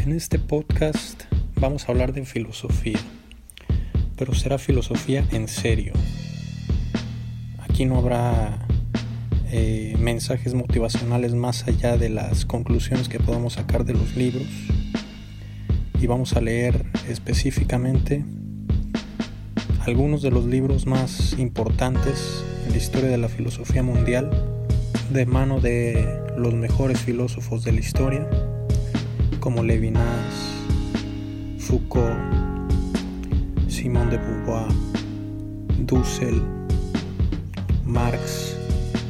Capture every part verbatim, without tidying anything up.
En este podcast vamos a hablar de filosofía, pero será filosofía en serio. Aquí no habrá eh, mensajes motivacionales más allá de las conclusiones que podamos sacar de los libros, y vamos a leer específicamente algunos de los libros más importantes en la historia de la filosofía mundial, de mano de los mejores filósofos de la historia, como Levinas, Foucault, Simone de Beauvoir, Dussel, Marx.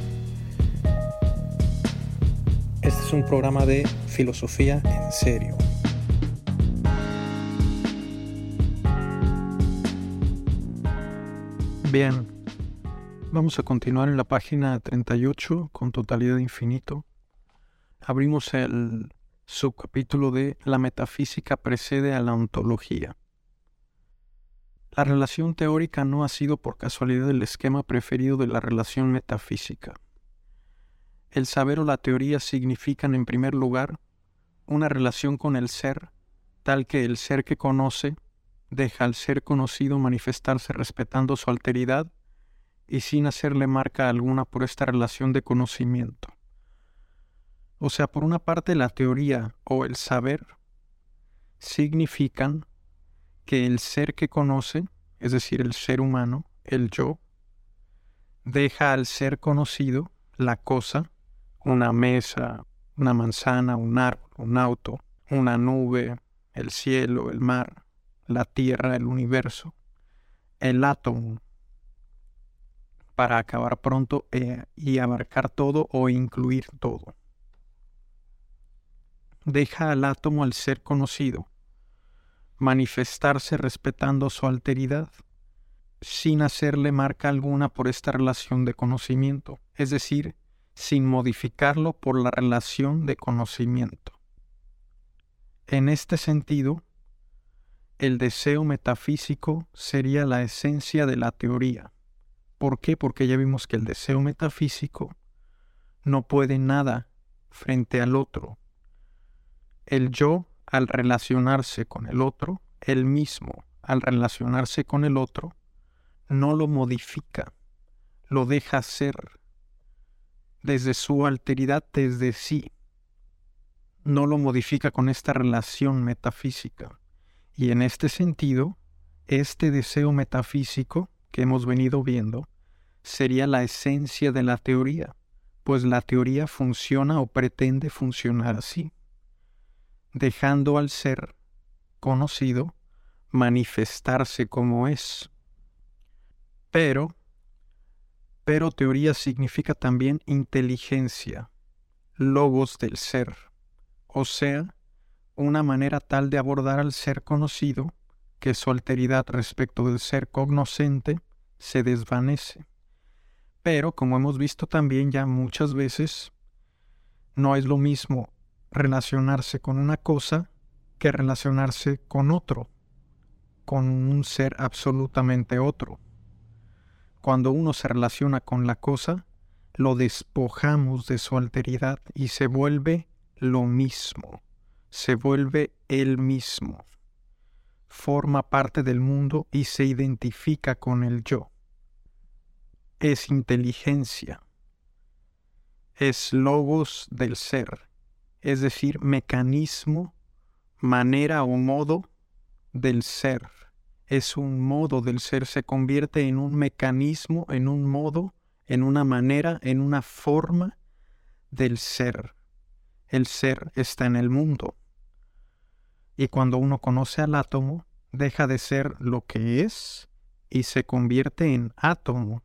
Este es un programa de filosofía en serio. Bien, vamos a continuar en la página treinta y ocho con totalidad de infinito. Abrimos el subcapítulo de La metafísica precede a la ontología. La relación teórica no ha sido por casualidad el esquema preferido de la relación metafísica. El saber o la teoría significan, en primer lugar, una relación con el ser, tal que el ser que conoce deja al ser conocido manifestarse respetando su alteridad y sin hacerle marca alguna por esta relación de conocimiento. O sea, por una parte, la teoría o el saber significan que el ser que conoce, es decir, el ser humano, el yo, deja al ser conocido, la cosa, una mesa, una manzana, un árbol, un auto, una nube, el cielo, el mar, la tierra, el universo, el átomo, para acabar pronto eh, y abarcar todo o incluir todo. Deja al átomo al ser conocido manifestarse respetando su alteridad, sin hacerle marca alguna por esta relación de conocimiento, es decir, sin modificarlo por la relación de conocimiento. En este sentido, el deseo metafísico sería la esencia de la teoría. ¿Por qué? Porque ya vimos que el deseo metafísico no puede nada frente al otro. El yo, al relacionarse con el otro, él mismo, al relacionarse con el otro, no lo modifica, lo deja ser, desde su alteridad, desde sí. No lo modifica con esta relación metafísica. Y en este sentido, este deseo metafísico que hemos venido viendo sería la esencia de la teoría, pues la teoría funciona o pretende funcionar así, dejando al ser conocido manifestarse como es. Pero, pero teoría significa también inteligencia, logos del ser, o sea, una manera tal de abordar al ser conocido que su alteridad respecto del ser cognoscente se desvanece. Pero, como hemos visto también ya muchas veces, no es lo mismo relacionarse con una cosa que relacionarse con otro, con un ser absolutamente otro. Cuando uno se relaciona con la cosa, lo despojamos de su alteridad y se vuelve lo mismo, se vuelve él mismo, forma parte del mundo y se identifica con el yo. Es inteligencia, es logos del ser, es decir, mecanismo, manera o modo del ser. Es un modo del ser, se convierte en un mecanismo, en un modo, en una manera, en una forma del ser. El ser está en el mundo. Y cuando uno conoce al átomo, deja de ser lo que es y se convierte en átomo.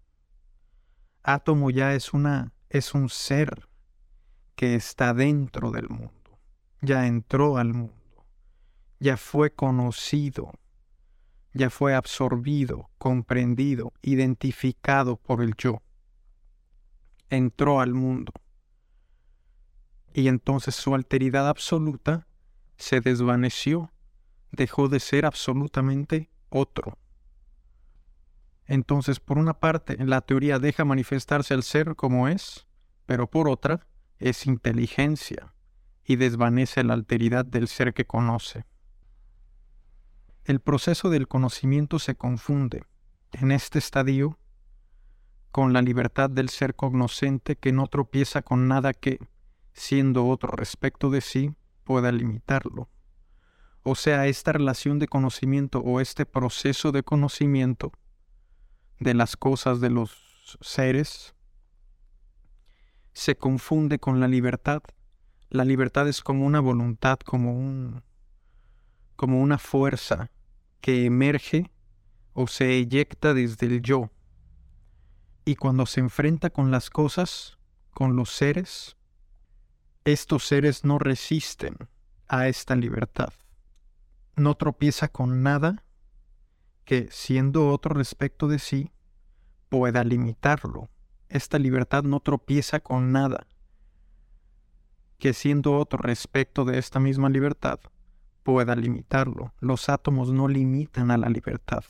Átomo ya es una, es un ser que está dentro del mundo. Ya entró al mundo. Ya fue conocido. Ya fue absorbido, comprendido, identificado por el yo. Entró al mundo. Y entonces su alteridad absoluta se desvaneció, dejó de ser absolutamente otro. Entonces, por una parte, la teoría deja manifestarse al ser como es, pero por otra, es inteligencia, y desvanece la alteridad del ser que conoce. El proceso del conocimiento se confunde, en este estadio, con la libertad del ser cognoscente que no tropieza con nada que, siendo otro respecto de sí, pueda limitarlo. O sea, esta relación de conocimiento o este proceso de conocimiento de las cosas, de los seres, se confunde con la libertad. La libertad es como una voluntad, como un, como una fuerza que emerge o se eyecta desde el yo. Y cuando se enfrenta con las cosas, con los seres, estos seres no resisten a esta libertad. No tropieza con nada que, siendo otro respecto de sí, pueda limitarlo. Esta libertad no tropieza con nada que, siendo otro respecto de esta misma libertad, pueda limitarlo. Los átomos no limitan a la libertad.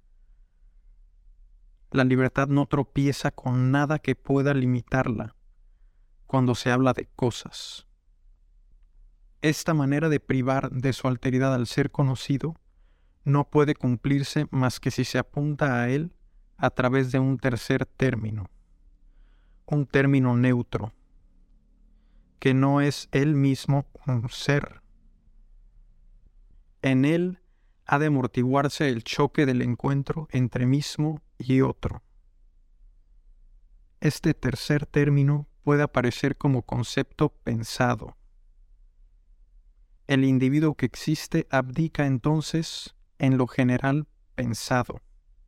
La libertad no tropieza con nada que pueda limitarla cuando se habla de cosas. Esta manera de privar de su alteridad al ser conocido no puede cumplirse más que si se apunta a él a través de un tercer término, un término neutro, que no es él mismo un ser. En él ha de amortiguarse el choque del encuentro entre mismo y otro. Este tercer término puede aparecer como concepto pensado. El individuo que existe abdica entonces en lo general pensado.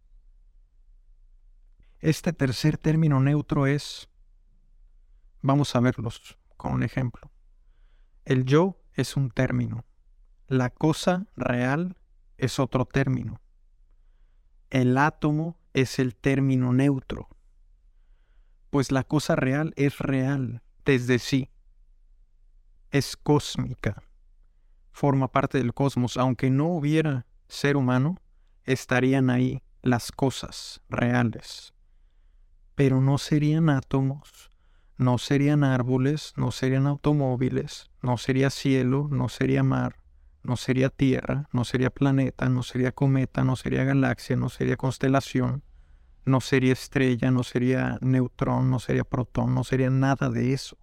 Este tercer término neutro es, vamos a verlos con un ejemplo. El yo es un término. La cosa real es otro término. El átomo es el término neutro. Pues la cosa real es real desde sí. Es cósmica. Forma parte del cosmos. Aunque no hubiera ser humano, estarían ahí las cosas reales. Pero no serían átomos, no serían árboles, no serían automóviles, no sería cielo, no sería mar, no sería tierra, no sería planeta, no sería cometa, no sería galaxia, no sería constelación, no sería estrella, no sería neutrón, no sería protón, no sería nada de eso.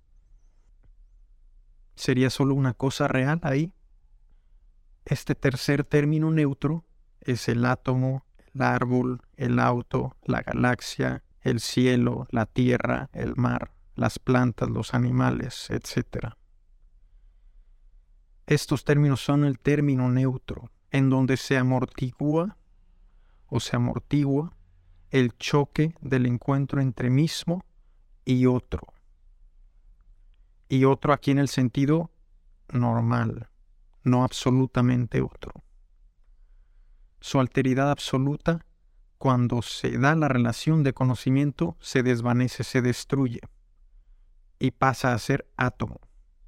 Sería solo una cosa real ahí. Este tercer término neutro es el átomo, el árbol, el auto, la galaxia, el cielo, la tierra, el mar, las plantas, los animales, etcétera. Estos términos son el término neutro, en donde se amortigua o se amortigua el choque del encuentro entre mismo y otro. Y otro aquí en el sentido normal, no absolutamente otro. Su alteridad absoluta, cuando se da la relación de conocimiento, se desvanece, se destruye y pasa a ser átomo.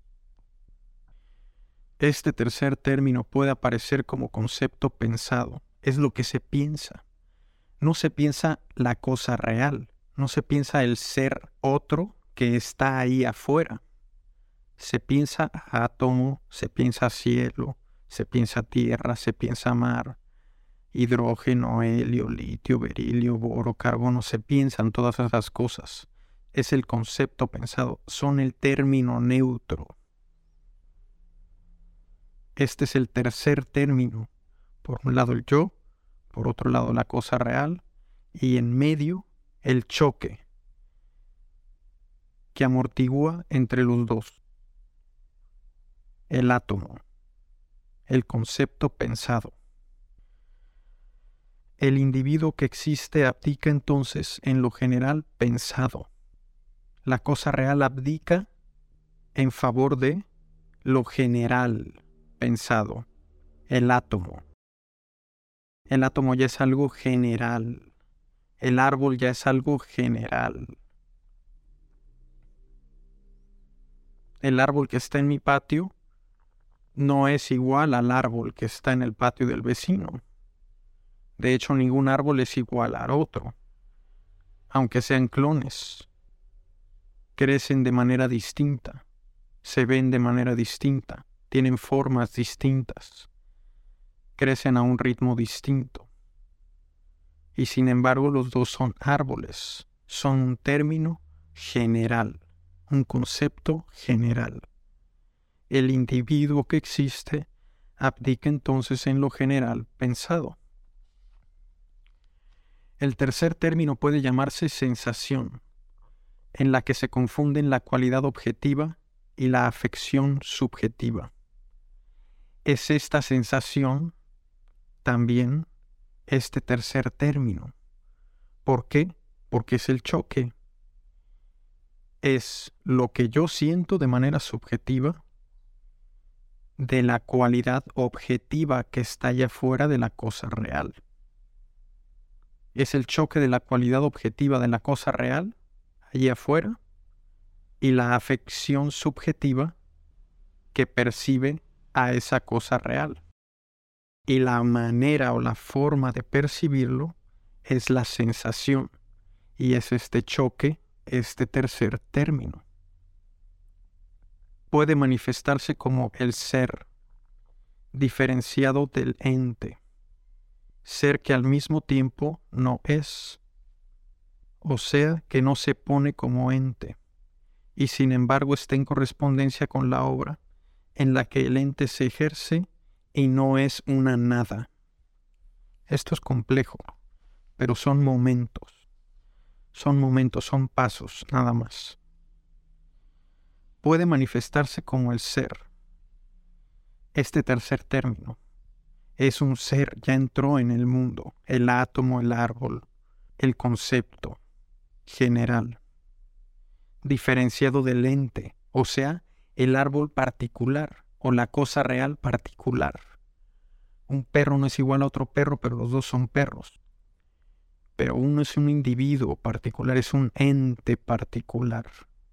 Este tercer término puede aparecer como concepto pensado. Es lo que se piensa. No se piensa la cosa real. No se piensa el ser otro que está ahí afuera. Se piensa átomo, se piensa cielo, se piensa tierra, se piensa mar, hidrógeno, helio, litio, berilio, boro, carbono. Se piensan todas esas cosas. Es el concepto pensado. Son el término neutro. Este es el tercer término. Por un lado el yo, por otro lado la cosa real, y en medio el choque que amortigua entre los dos. El átomo, el concepto pensado. El individuo que existe abdica entonces en lo general pensado. La cosa real abdica en favor de lo general pensado, el átomo. El átomo ya es algo general. El árbol ya es algo general. El árbol que está en mi patio no es igual al árbol que está en el patio del vecino. De hecho, ningún árbol es igual al otro, aunque sean clones. Crecen de manera distinta. se ven de manera distinta, tienen formas distintas, crecen a un ritmo distinto. Y sin embargo los dos son árboles, son un término general, un concepto general. El individuo que existe abdica entonces en lo general pensado. El tercer término puede llamarse sensación, en la que se confunden la cualidad objetiva y la afección subjetiva. Es esta sensación también este tercer término. ¿Por qué? Porque es el choque. Es lo que yo siento de manera subjetiva de la cualidad objetiva que está allá afuera de la cosa real. Es el choque de la cualidad objetiva de la cosa real allá afuera y la afección subjetiva que percibe a esa cosa real. Y la manera o la forma de percibirlo es la sensación, y es este choque, este tercer término. Puede manifestarse como el ser, diferenciado del ente, ser que al mismo tiempo no es, o sea, que no se pone como ente, y sin embargo está en correspondencia con la obra, en la que el ente se ejerce y no es una nada. Esto es complejo, pero son momentos. Son momentos, son pasos, nada más. Puede manifestarse como el ser. Este tercer término es un ser, ya entró en el mundo, el átomo, el árbol, el concepto general, diferenciado del ente, o sea, el árbol particular o la cosa real particular. Un perro no es igual a otro perro, pero los dos son perros. Pero uno es un individuo particular, es un ente particular,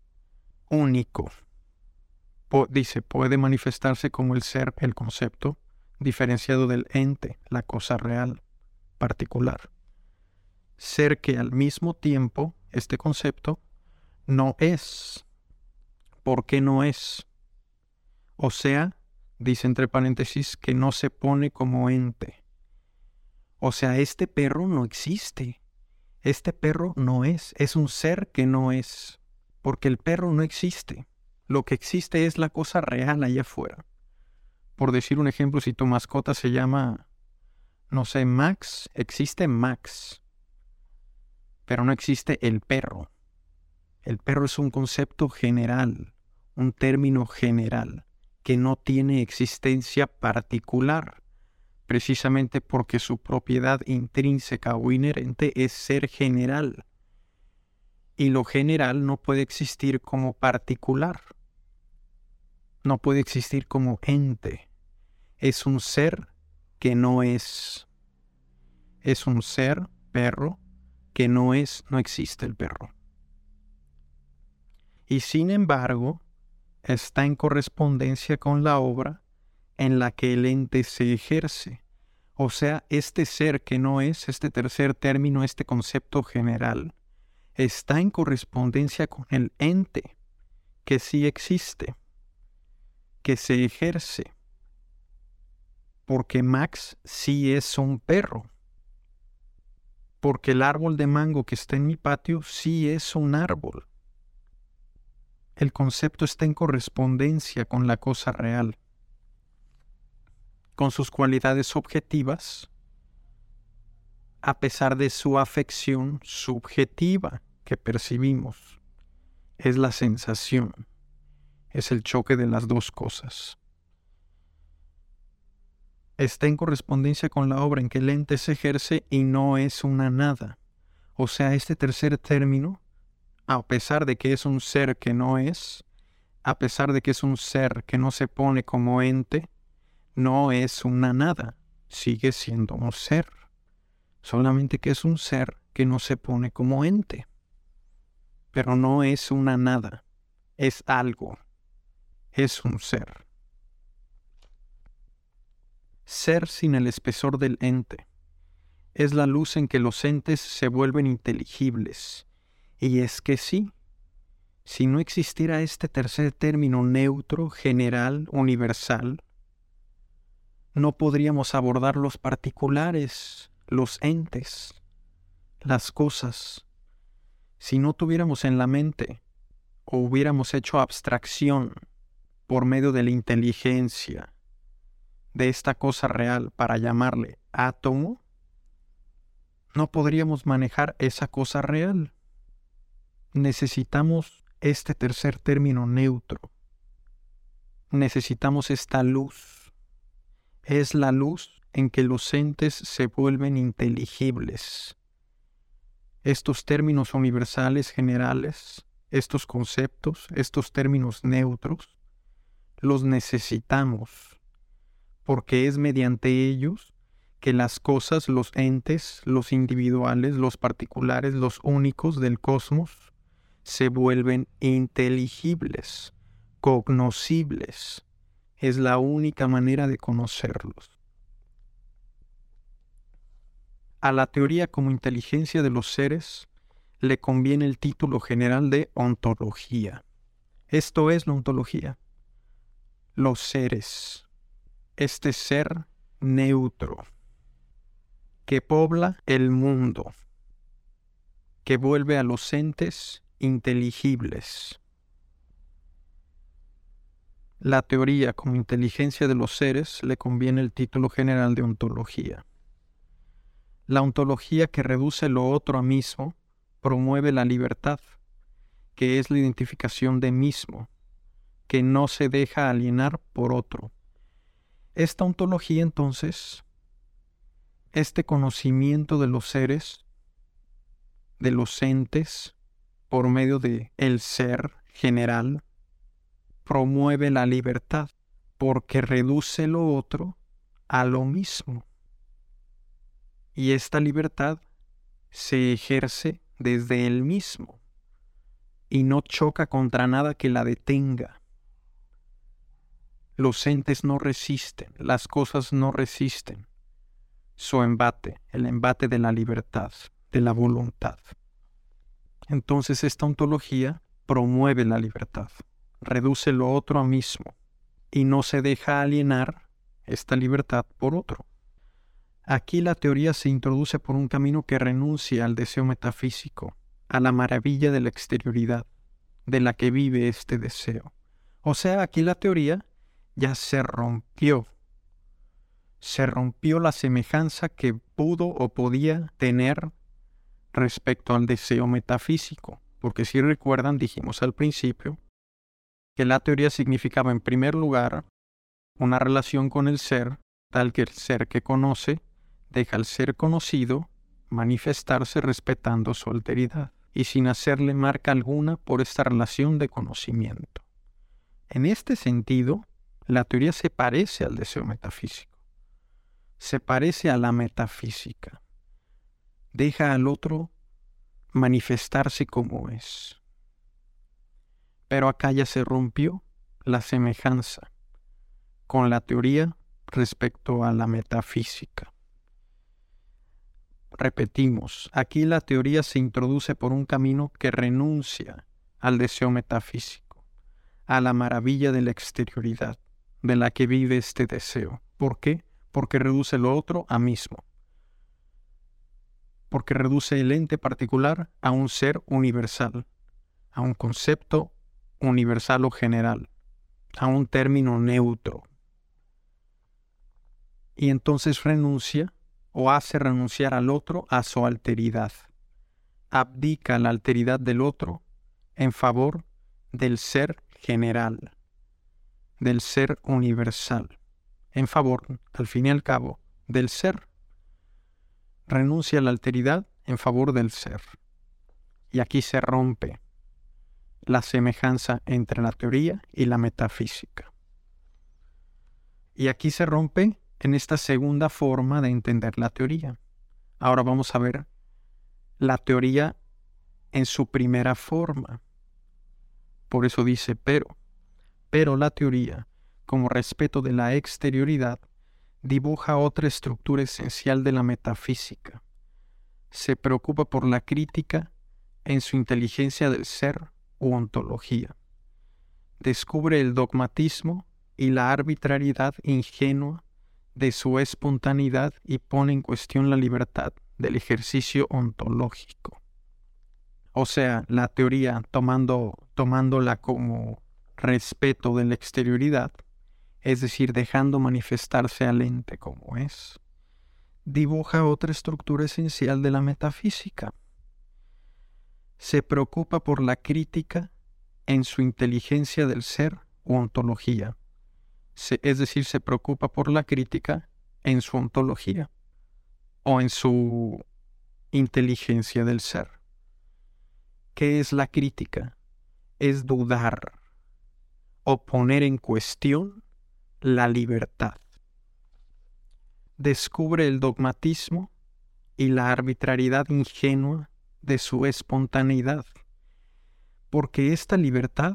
único. Po- dice, puede manifestarse como el ser, el concepto, diferenciado del ente, la cosa real, particular. Ser que al mismo tiempo, este concepto, no es. ¿Por qué no es? O sea, dice entre paréntesis, que no se pone como ente. O sea, este perro no existe. Este perro no es. Es un ser que no es. Porque el perro no existe. Lo que existe es la cosa real allá afuera. Por decir un ejemplo, si tu mascota se llama, no sé, Max, existe Max. Pero no existe el perro. El perro es un concepto general, un término general, que no tiene existencia particular, precisamente porque su propiedad intrínseca o inherente es ser general. Y lo general no puede existir como particular. No puede existir como ente. Es un ser que no es. Es un ser, perro, que no es, no existe el perro. Y sin embargo, está en correspondencia con la obra en la que el ente se ejerce. O sea, este ser que no es, este tercer término, este concepto general, está en correspondencia con el ente que sí existe, que se ejerce. Porque Max sí es un perro. Porque el árbol de mango que está en mi patio sí es un árbol. El concepto está en correspondencia con la cosa real, con sus cualidades objetivas, a pesar de su afección subjetiva que percibimos. Es la sensación, es el choque de las dos cosas. Está en correspondencia con la obra en que el ente se ejerce y no es una nada. O sea, este tercer término, a pesar de que es un ser que no es, a pesar de que es un ser que no se pone como ente, no es una nada, sigue siendo un ser. Solamente que es un ser que no se pone como ente. Pero no es una nada, es algo, es un ser. Ser sin el espesor del ente es la luz en que los entes se vuelven inteligibles. Y es que sí, Si no existiera este tercer término neutro, general, universal, no podríamos abordar los particulares, los entes, las cosas. Si no tuviéramos en la mente o hubiéramos hecho abstracción por medio de la inteligencia de esta cosa real para llamarle átomo, no podríamos manejar esa cosa real. Necesitamos este tercer término neutro. Necesitamos esta luz. Es la luz en que los entes se vuelven inteligibles. Estos términos universales generales, estos conceptos, estos términos neutros, los necesitamos, porque es mediante ellos que las cosas, los entes, los individuales, los particulares, los únicos del cosmos, se vuelven inteligibles, cognoscibles. Es la única manera de conocerlos. A la teoría como inteligencia de los seres le conviene el título general de ontología. Esto es la ontología. Los seres, este ser neutro, que pobla el mundo, que vuelve a los entes inteligibles. La teoría como inteligencia de los seres le conviene el título general de ontología. La ontología que reduce lo otro a mismo promueve la libertad, que es la identificación de mismo, que no se deja alienar por otro. Esta ontología, entonces, este conocimiento de los seres, de los entes, por medio de el ser general, promueve la libertad, porque reduce lo otro a lo mismo. Y esta libertad se ejerce desde el mismo y no choca contra nada que la detenga. Los entes no resisten, las cosas no resisten su embate, el embate de la libertad, de la voluntad. Entonces esta ontología promueve la libertad, reduce lo otro a mismo y no se deja alienar esta libertad por otro. Aquí la teoría se introduce por un camino que renuncia al deseo metafísico, a la maravilla de la exterioridad, de la que vive este deseo. O sea, aquí la teoría ya se rompió. Se rompió la semejanza que pudo o podía tener respecto al deseo metafísico. Porque si recuerdan, dijimos al principio que la teoría significaba en primer lugar una relación con el ser, tal que el ser que conoce deja al ser conocido manifestarse respetando su alteridad y sin hacerle marca alguna por esta relación de conocimiento. En este sentido, la teoría se parece al deseo metafísico, se parece a la metafísica, deja al otro manifestarse como es. Pero acá ya se rompió la semejanza con la teoría respecto a la metafísica. Repetimos, aquí la teoría se introduce por un camino que renuncia al deseo metafísico, a la maravilla de la exterioridad, de la que vive este deseo. ¿Por qué? Porque reduce lo otro a mismo. Porque reduce el ente particular a un ser universal, a un concepto universal o general, a un término neutro. Y entonces renuncia o hace renunciar al otro a su alteridad. Abdica la alteridad del otro en favor del ser general, del ser universal, en favor, al fin y al cabo, del ser. Renuncia a la alteridad en favor del ser. Y aquí se rompe la semejanza entre la teoría y la metafísica. Y aquí se rompe en esta segunda forma de entender la teoría. Ahora vamos a ver la teoría en su primera forma. Por eso dice pero. Pero la teoría, como respeto de la exterioridad, dibuja otra estructura esencial de la metafísica. Se preocupa por la crítica en su inteligencia del ser u ontología. Descubre el dogmatismo y la arbitrariedad ingenua de su espontaneidad y pone en cuestión la libertad del ejercicio ontológico. O sea, la teoría, tomando, tomándola como respeto de la exterioridad, es decir, dejando manifestarse al ente como es, dibuja otra estructura esencial de la metafísica. Se preocupa por la crítica en su inteligencia del ser u ontología. Se, es decir, se preocupa por la crítica en su ontología o en su inteligencia del ser. ¿Qué es la crítica? Es dudar o poner en cuestión la libertad. Descubre el dogmatismo y la arbitrariedad ingenua de su espontaneidad, porque esta libertad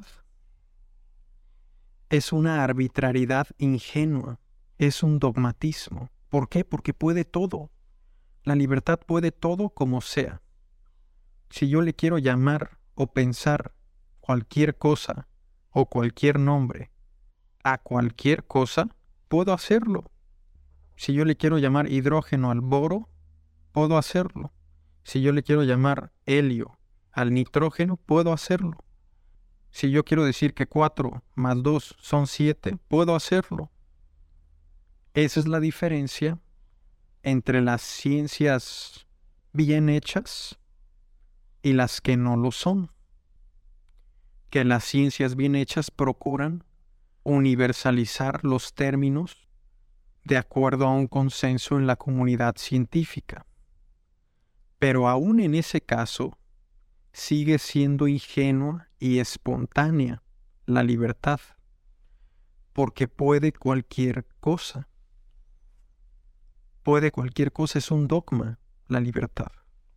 es una arbitrariedad ingenua, es un dogmatismo. ¿Por qué? Porque puede todo. La libertad puede todo como sea. Si yo le quiero llamar o pensar cualquier cosa o cualquier nombre a cualquier cosa, puedo hacerlo. Si yo le quiero llamar hidrógeno al boro, puedo hacerlo. Si yo le quiero llamar helio al nitrógeno, puedo hacerlo. Si yo quiero decir que cuatro más dos son siete, puedo hacerlo. Esa es la diferencia entre las ciencias bien hechas y las que no lo son. Que las ciencias bien hechas procuran universalizar los términos de acuerdo a un consenso en la comunidad científica. Pero aún en ese caso, sigue siendo ingenua y espontánea la libertad, porque puede cualquier cosa. Puede cualquier cosa, es un dogma, la libertad.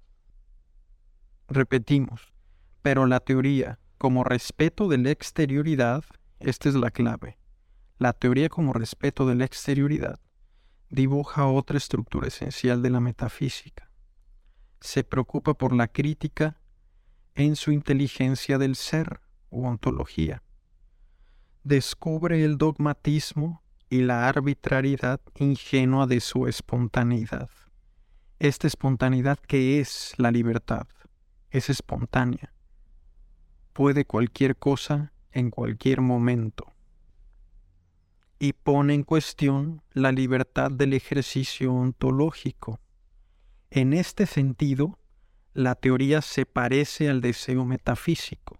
Repetimos, pero la teoría, como respeto de la exterioridad, esta es la clave. La teoría como respeto de la exterioridad dibuja otra estructura esencial de la metafísica. Se preocupa por la crítica en su inteligencia del ser u ontología. Descubre el dogmatismo y la arbitrariedad ingenua de su espontaneidad. Esta espontaneidad que es la libertad, es espontánea. Puede cualquier cosa en cualquier momento. Y pone en cuestión la libertad del ejercicio ontológico. En este sentido, la teoría se parece al deseo metafísico,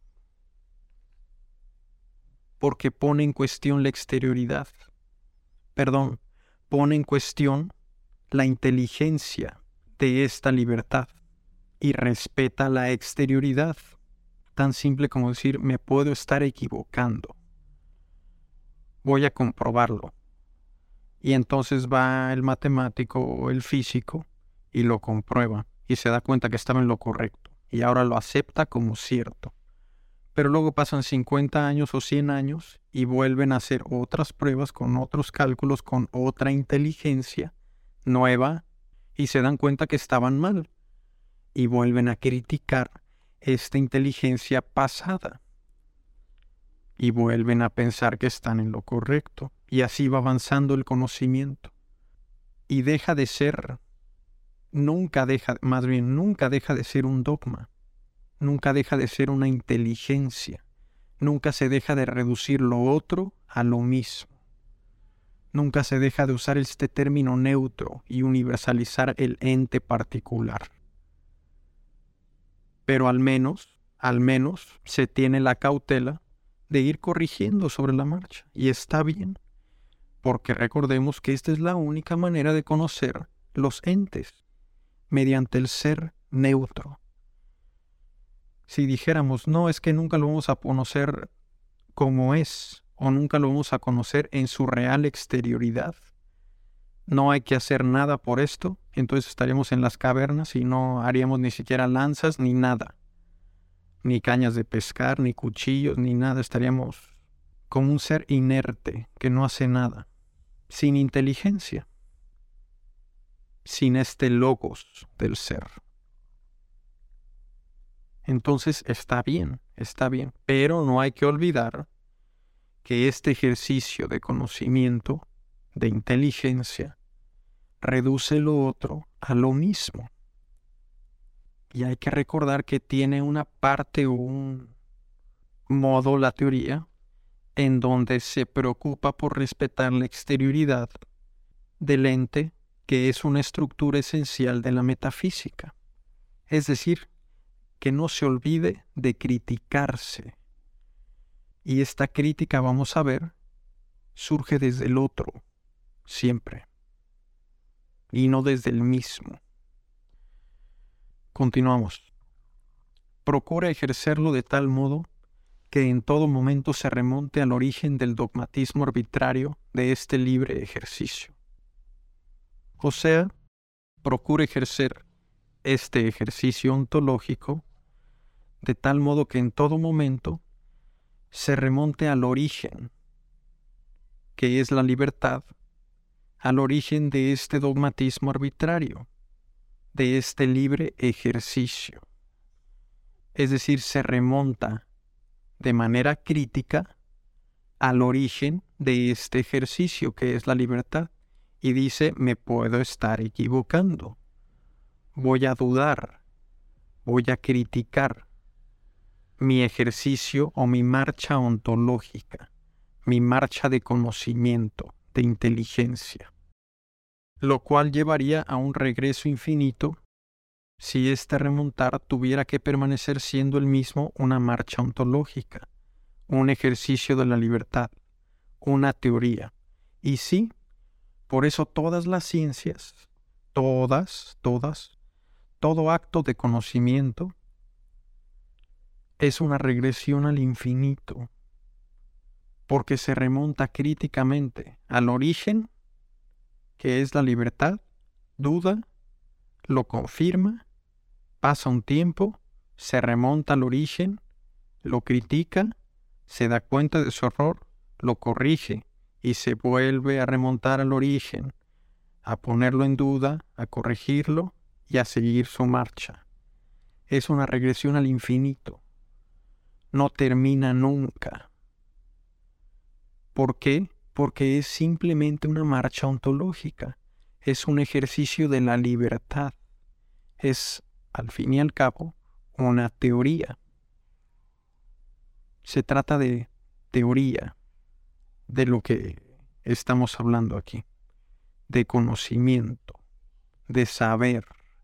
porque pone en cuestión la exterioridad, perdón, pone en cuestión la inteligencia de esta libertad y respeta la exterioridad, tan simple como decir, me puedo estar equivocando. Voy a comprobarlo. Y entonces va el matemático o el físico y lo comprueba y se da cuenta que estaba en lo correcto y ahora lo acepta como cierto. Pero luego pasan cincuenta años o cien años y vuelven a hacer otras pruebas con otros cálculos, con otra inteligencia nueva y se dan cuenta que estaban mal y vuelven a criticar esta inteligencia pasada. Y vuelven a pensar que están en lo correcto. Y así va avanzando el conocimiento. Y deja de ser, nunca deja, más bien, nunca deja de ser un dogma. Nunca deja de ser una inteligencia. Nunca se deja de reducir lo otro a lo mismo. Nunca se deja de usar este término neutro y universalizar el ente particular. Pero al menos, al menos, se tiene la cautela de ir corrigiendo sobre la marcha. Y está bien, porque recordemos que esta es la única manera de conocer los entes, mediante el ser neutro. Si dijéramos, no, es que nunca lo vamos a conocer como es, o nunca lo vamos a conocer en su real exterioridad, no hay que hacer nada por esto, entonces estaríamos en las cavernas y no haríamos ni siquiera lanzas ni nada. Ni cañas de pescar, ni cuchillos, ni nada. Estaríamos como un ser inerte que no hace nada, sin inteligencia, sin este logos del ser. Entonces está bien, está bien, pero no hay que olvidar que este ejercicio de conocimiento, de inteligencia, reduce lo otro a lo mismo. Y hay que recordar que tiene una parte o un modo la teoría en donde se preocupa por respetar la exterioridad del ente, que es una estructura esencial de la metafísica. Es decir, que no se olvide de criticarse. Y esta crítica, vamos a ver, surge desde el otro, siempre, y no desde el mismo. Continuamos. Procura ejercerlo de tal modo que en todo momento se remonte al origen del dogmatismo arbitrario de este libre ejercicio. O sea, procura ejercer este ejercicio ontológico de tal modo que en todo momento se remonte al origen, que es la libertad, al origen de este dogmatismo arbitrario, de este libre ejercicio. Es decir, se remonta de manera crítica al origen de este ejercicio, que es la libertad, y dice, me puedo estar equivocando, voy a dudar, voy a criticar mi ejercicio o mi marcha ontológica, mi marcha de conocimiento, de inteligencia, lo cual llevaría a un regreso infinito si este remontar tuviera que permanecer siendo el mismo una marcha ontológica, un ejercicio de la libertad, una teoría. Y sí, por eso todas las ciencias, todas, todas, todo acto de conocimiento es una regresión al infinito, porque se remonta críticamente al origen, que es la libertad, duda, lo confirma, pasa un tiempo, se remonta al origen, lo critica, se da cuenta de su error, lo corrige y se vuelve a remontar al origen, a ponerlo en duda, a corregirlo y a seguir su marcha. Es una regresión al infinito. No termina nunca. ¿Por qué? Porque es simplemente una marcha ontológica. Es un ejercicio de la libertad. Es, al fin y al cabo, una teoría. Se trata de teoría, de lo que estamos hablando aquí, de conocimiento, de saber.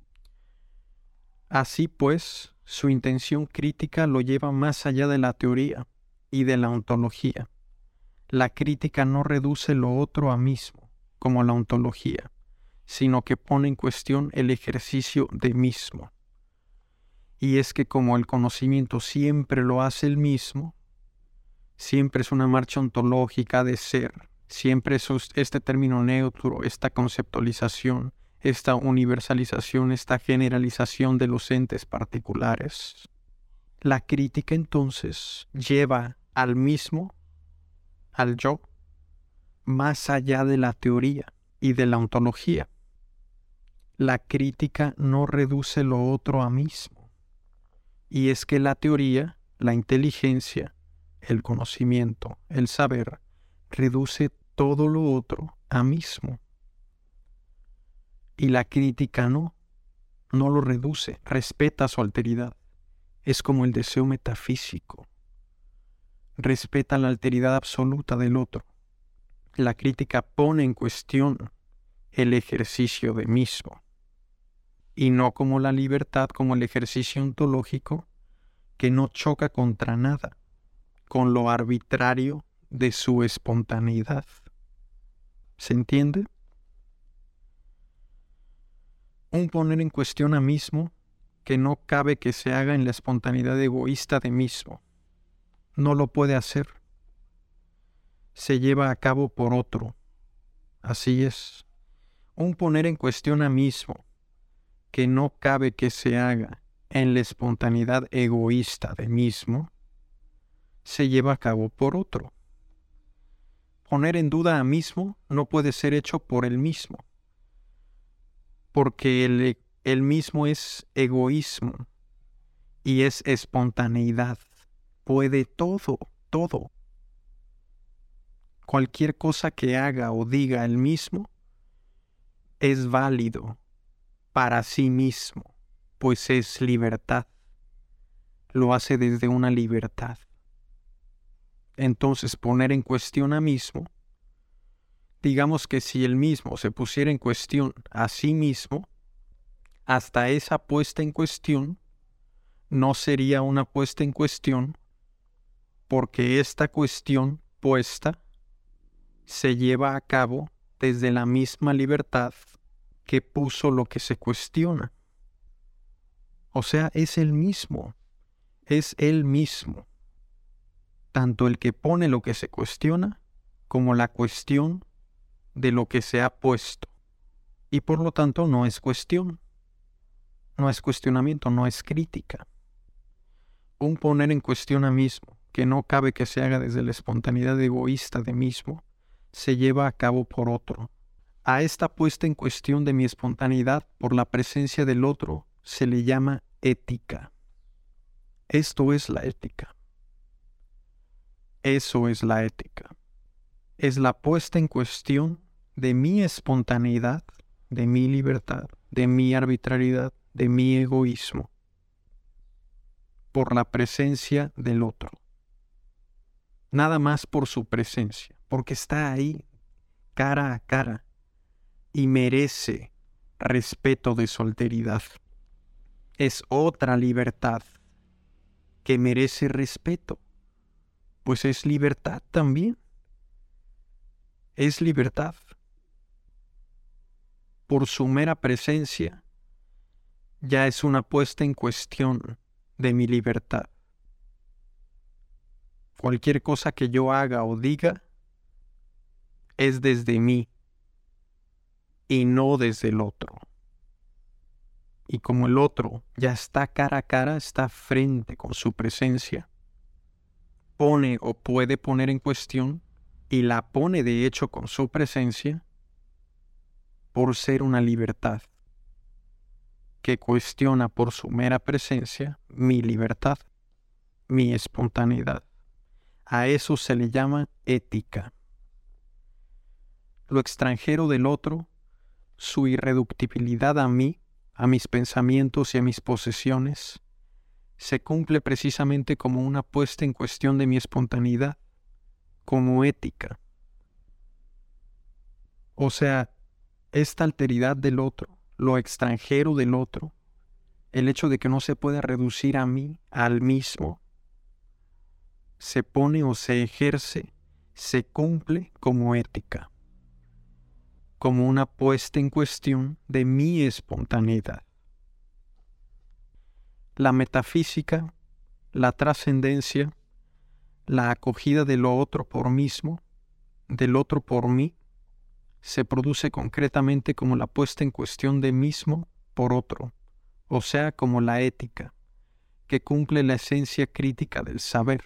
Así pues, su intención crítica lo lleva más allá de la teoría y de la ontología. La crítica no reduce lo otro a mismo, como la ontología, sino que pone en cuestión el ejercicio de mismo. Y es que como el conocimiento siempre lo hace el mismo, siempre es una marcha ontológica de ser, siempre es este término neutro, esta conceptualización, esta universalización, esta generalización de los entes particulares. La crítica entonces lleva al mismo, al yo, más allá de la teoría y de la ontología. La crítica no reduce lo otro a mismo. Y es que la teoría, la inteligencia, el conocimiento, el saber, reduce todo lo otro a mismo. Y la crítica no, no lo reduce, respeta su alteridad. Es como el deseo metafísico. Respeta la alteridad absoluta del otro. La crítica pone en cuestión el ejercicio de mismo. Y no como la libertad, como el ejercicio ontológico, que no choca contra nada, con lo arbitrario de su espontaneidad. ¿Se entiende? Un poner en cuestión a mismo que no cabe que se haga en la espontaneidad egoísta de mismo. No lo puede hacer. Se lleva a cabo por otro. Así es. Un poner en cuestión a mismo que no cabe que se haga en la espontaneidad egoísta de mismo, se lleva a cabo por otro. Poner en duda a mismo no puede ser hecho por el mismo, porque el, el mismo es egoísmo y es espontaneidad. puede todo, todo. Cualquier cosa que haga o diga él mismo es válido para sí mismo, pues es libertad. Lo hace desde una libertad. Entonces, poner en cuestión a mismo, digamos que si él mismo se pusiera en cuestión a sí mismo, hasta esa puesta en cuestión no sería una puesta en cuestión, porque esta cuestión puesta se lleva a cabo desde la misma libertad que puso lo que se cuestiona. O sea, es el mismo, es él mismo, tanto el que pone lo que se cuestiona como la cuestión de lo que se ha puesto. Y por lo tanto no es cuestión, no es cuestionamiento, no es crítica. Un poner en cuestión a mismo, que no cabe que se haga desde la espontaneidad egoísta de mismo, se lleva a cabo por otro. A esta puesta en cuestión de mi espontaneidad por la presencia del otro se le llama ética. Esto es la ética. Eso es la ética. Es la puesta en cuestión de mi espontaneidad, de mi libertad, de mi arbitrariedad, de mi egoísmo, por la presencia del otro. Nada más por su presencia, porque está ahí, cara a cara, y merece respeto de su alteridad. Es otra libertad que merece respeto, pues es libertad también. Es libertad. Por su mera presencia, ya es una puesta en cuestión de mi libertad. Cualquier cosa que yo haga o diga es desde mí y no desde el otro. Y como el otro ya está cara a cara, está frente con su presencia, pone o puede poner en cuestión, y la pone de hecho con su presencia, por ser una libertad que cuestiona por su mera presencia mi libertad, mi espontaneidad. A eso se le llama ética. Lo extranjero del otro, su irreductibilidad a mí, a mis pensamientos y a mis posesiones, se cumple precisamente como una puesta en cuestión de mi espontaneidad, como ética. O sea, esta alteridad del otro, lo extranjero del otro, el hecho de que no se pueda reducir a mí, al mismo, se pone o se ejerce, se cumple como ética, como una puesta en cuestión de mi espontaneidad. La metafísica, la trascendencia, la acogida de lo otro por mismo, del otro por mí, se produce concretamente como la puesta en cuestión de mismo por otro, o sea, como la ética, que cumple la esencia crítica del saber.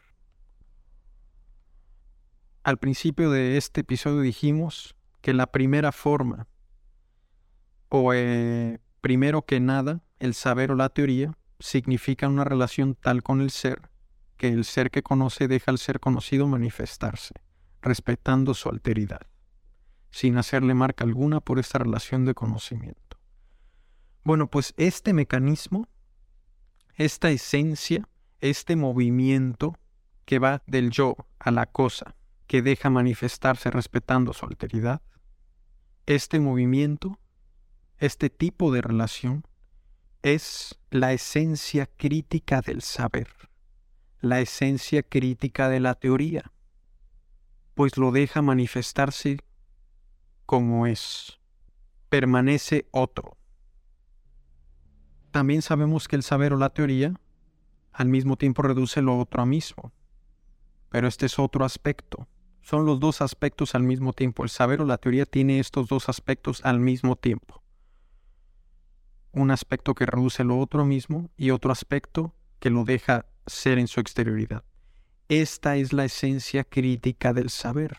Al principio de este episodio dijimos que la primera forma, o eh, primero que nada, el saber o la teoría, significa una relación tal con el ser, que el ser que conoce deja al ser conocido manifestarse, respetando su alteridad, sin hacerle marca alguna por esta relación de conocimiento. Bueno, pues este mecanismo, esta esencia, este movimiento que va del yo a la cosa, que deja manifestarse respetando su alteridad, este movimiento, este tipo de relación, es la esencia crítica del saber, la esencia crítica de la teoría, pues lo deja manifestarse como es, permanece otro. También sabemos que el saber o la teoría al mismo tiempo reduce lo otro a mismo, pero este es otro aspecto. Son los dos aspectos al mismo tiempo. El saber o la teoría tiene estos dos aspectos al mismo tiempo. Un aspecto que reduce lo otro mismo y otro aspecto que lo deja ser en su exterioridad. Esta es la esencia crítica del saber.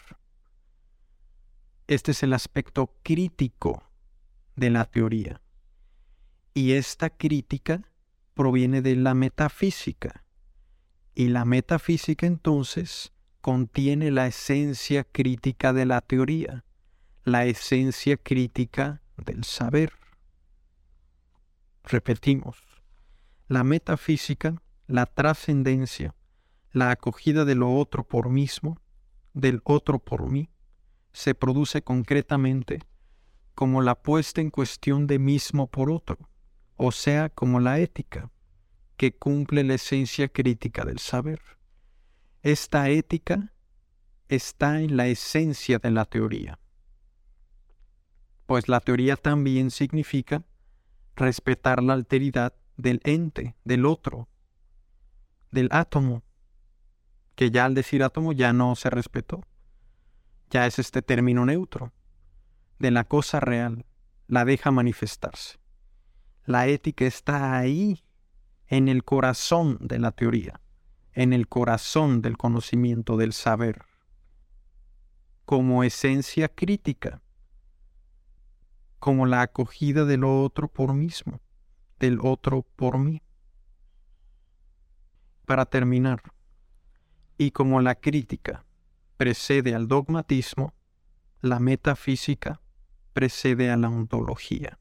Este es el aspecto crítico de la teoría. Y esta crítica proviene de la metafísica. Y la metafísica entonces contiene la esencia crítica de la teoría, la esencia crítica del saber. Repetimos, la metafísica, la trascendencia, la acogida de lo otro por mismo, del otro por mí, se produce concretamente como la puesta en cuestión de mismo por otro, o sea, como la ética, que cumple la esencia crítica del saber. Esta ética está en la esencia de la teoría, pues la teoría también significa respetar la alteridad del ente, del otro, del átomo, que ya al decir átomo ya no se respetó, ya es este término neutro, de la cosa real, la deja manifestarse. La ética está ahí, en el corazón de la teoría, en el corazón del conocimiento del saber, como esencia crítica, como la acogida del otro por mismo, del otro por mí. Para terminar, y como la crítica precede al dogmatismo, la metafísica precede a la ontología.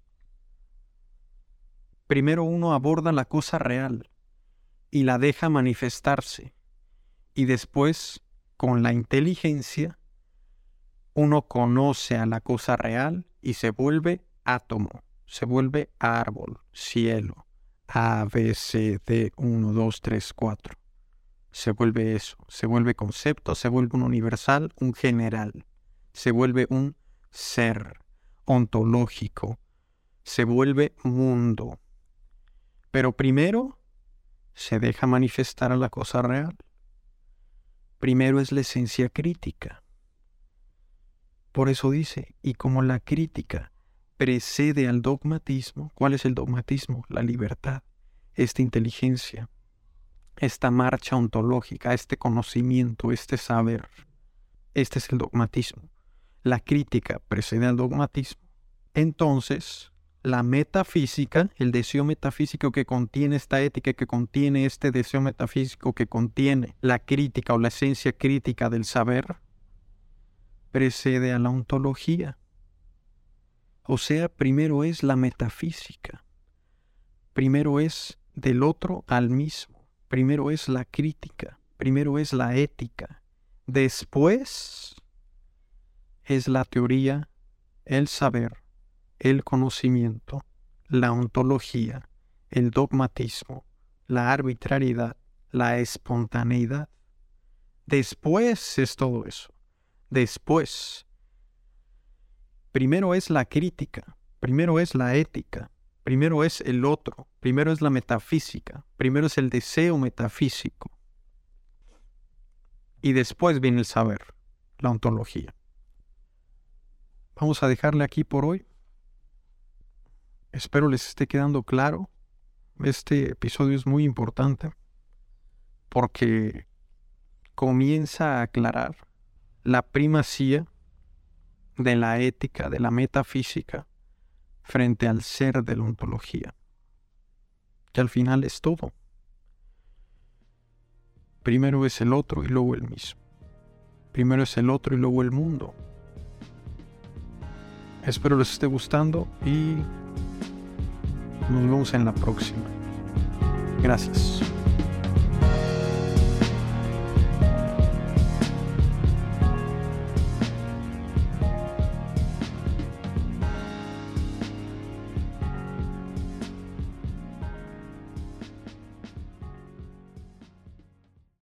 Primero uno aborda la cosa real y la deja manifestarse, y después, con la inteligencia, uno conoce a la cosa real y se vuelve átomo, se vuelve árbol, cielo, A, B, C, D, uno, dos, tres, cuatro. Se vuelve eso, se vuelve concepto, se vuelve un universal, un general, se vuelve un ser ontológico, se vuelve mundo. Pero primero se deja manifestar a la cosa real. Primero es la esencia crítica. Por eso dice, y como la crítica precede al dogmatismo, ¿cuál es el dogmatismo? La libertad, esta inteligencia, esta marcha ontológica, este conocimiento, este saber. Este es el dogmatismo. La crítica precede al dogmatismo. Entonces, la metafísica, el deseo metafísico que contiene esta ética, que contiene este deseo metafísico, que contiene la crítica o la esencia crítica del saber, precede a la ontología. O sea, primero es la metafísica. Primero es del otro al mismo. Primero es la crítica. Primero es la ética. Después es la teoría, el saber, el conocimiento, la ontología, el dogmatismo, la arbitrariedad, la espontaneidad. Después es todo eso. Después. Primero es la crítica, primero es la ética, primero es el otro, primero es la metafísica, primero es el deseo metafísico. Y después viene el saber, la ontología. Vamos a dejarle aquí por hoy. Espero les esté quedando claro. Este episodio es muy importante porque comienza a aclarar la primacía de la ética, de la metafísica, frente al ser de la ontología, que al final es todo. Primero es el otro y luego el mismo. Primero es el otro y luego el mundo. Espero les esté gustando y nos vemos en la próxima. Gracias.